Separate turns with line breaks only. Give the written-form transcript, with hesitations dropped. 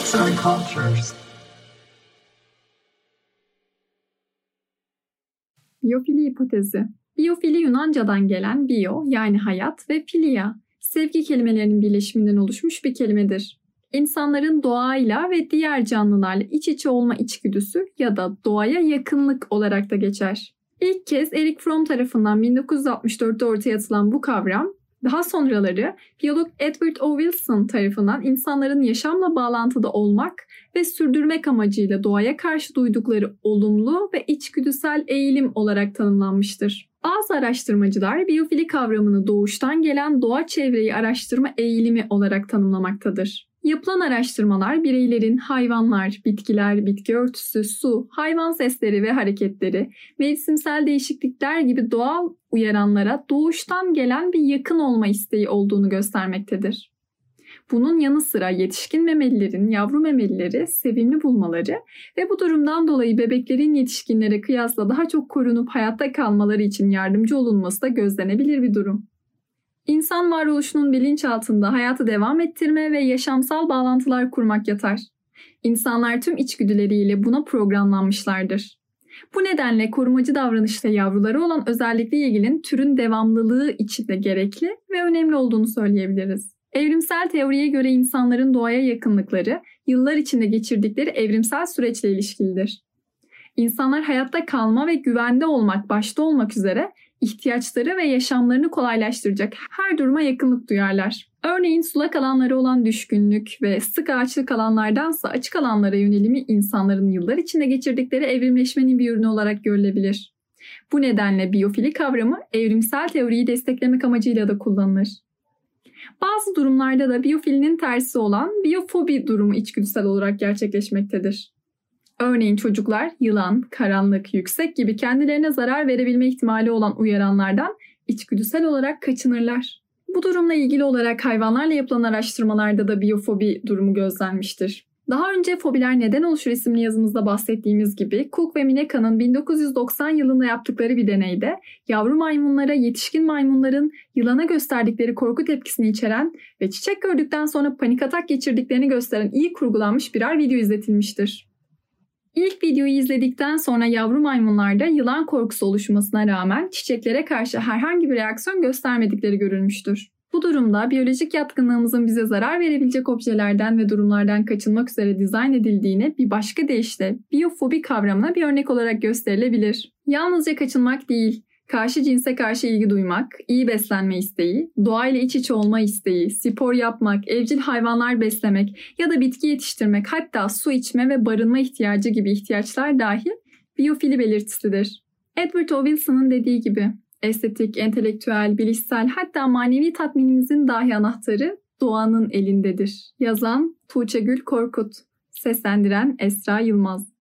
Arts and Cultures.
Biyofili hipotezi. Biyofili Yunanca'dan gelen bio yani hayat ve filia, sevgi kelimelerinin birleşiminden oluşmuş bir kelimedir. İnsanların doğayla ve diğer canlılarla iç içe olma içgüdüsü ya da doğaya yakınlık olarak da geçer. İlk kez Erich Fromm tarafından 1964'te ortaya atılan bu kavram, daha sonraları biyolog Edward O. Wilson tarafından insanların yaşamla bağlantıda olmak ve sürdürmek amacıyla doğaya karşı duydukları olumlu ve içgüdüsel eğilim olarak tanımlanmıştır. Bazı araştırmacılar biyofili kavramını doğuştan gelen doğa çevreyi araştırma eğilimi olarak tanımlamaktadır. Yapılan araştırmalar bireylerin hayvanlar, bitkiler, bitki örtüsü, su, hayvan sesleri ve hareketleri, mevsimsel değişiklikler gibi doğal uyaranlara doğuştan gelen bir yakın olma isteği olduğunu göstermektedir. Bunun yanı sıra yetişkin memelilerin yavru memelileri sevimli bulmaları ve bu durumdan dolayı bebeklerin yetişkinlere kıyasla daha çok korunup hayatta kalmaları için yardımcı olunması da gözlenebilir bir durum. İnsan varoluşunun bilinçaltında hayatı devam ettirme ve yaşamsal bağlantılar kurmak yatar. İnsanlar tüm içgüdüleriyle buna programlanmışlardır. Bu nedenle korumacı davranışta yavruları olan özellikle ilginin türün devamlılığı için de gerekli ve önemli olduğunu söyleyebiliriz. Evrimsel teoriye göre insanların doğaya yakınlıkları, yıllar içinde geçirdikleri evrimsel süreçle ilişkilidir. İnsanlar hayatta kalma ve güvende olmak başta olmak üzere ihtiyaçları ve yaşamlarını kolaylaştıracak her duruma yakınlık duyarlar. Örneğin sulak alanlara olan düşkünlük ve sık ağaçlık alanlardansa açık alanlara yönelimi insanların yıllar içinde geçirdikleri evrimleşmenin bir ürünü olarak görülebilir. Bu nedenle biyofili kavramı evrimsel teoriyi desteklemek amacıyla da kullanılır. Bazı durumlarda da biyofilinin tersi olan biyofobi durumu içgüdüsel olarak gerçekleşmektedir. Örneğin çocuklar yılan, karanlık, yüksek gibi kendilerine zarar verebilme ihtimali olan uyaranlardan içgüdüsel olarak kaçınırlar. Bu durumla ilgili olarak hayvanlarla yapılan araştırmalarda da biyofobi durumu gözlenmiştir. Daha önce Fobiler Neden Oluşur isimli yazımızda bahsettiğimiz gibi Cook ve Mineka'nın 1990 yılında yaptıkları bir deneyde yavru maymunlara yetişkin maymunların yılana gösterdikleri korku tepkisini içeren ve çiçek gördükten sonra panik atak geçirdiklerini gösteren iyi kurgulanmış birer video izletilmiştir. İlk videoyu izledikten sonra yavru maymunlarda yılan korkusu oluşmasına rağmen çiçeklere karşı herhangi bir reaksiyon göstermedikleri görülmüştür. Bu durumda biyolojik yatkınlığımızın bize zarar verebilecek objelerden ve durumlardan kaçınmak üzere dizayn edildiğini bir başka deyişle biyofobi kavramına bir örnek olarak gösterilebilir. Yalnızca kaçınmak değil, karşı cinse karşı ilgi duymak, iyi beslenme isteği, doğayla iç içe olma isteği, spor yapmak, evcil hayvanlar beslemek ya da bitki yetiştirmek, hatta su içme ve barınma ihtiyacı gibi ihtiyaçlar dahil biyofili belirtisidir. Edward O. Wilson'ın dediği gibi, estetik, entelektüel, bilişsel hatta manevi tatminimizin dahi anahtarı doğanın elindedir. Yazan Tuğçe Gül Korkut, seslendiren Esra Yılmaz.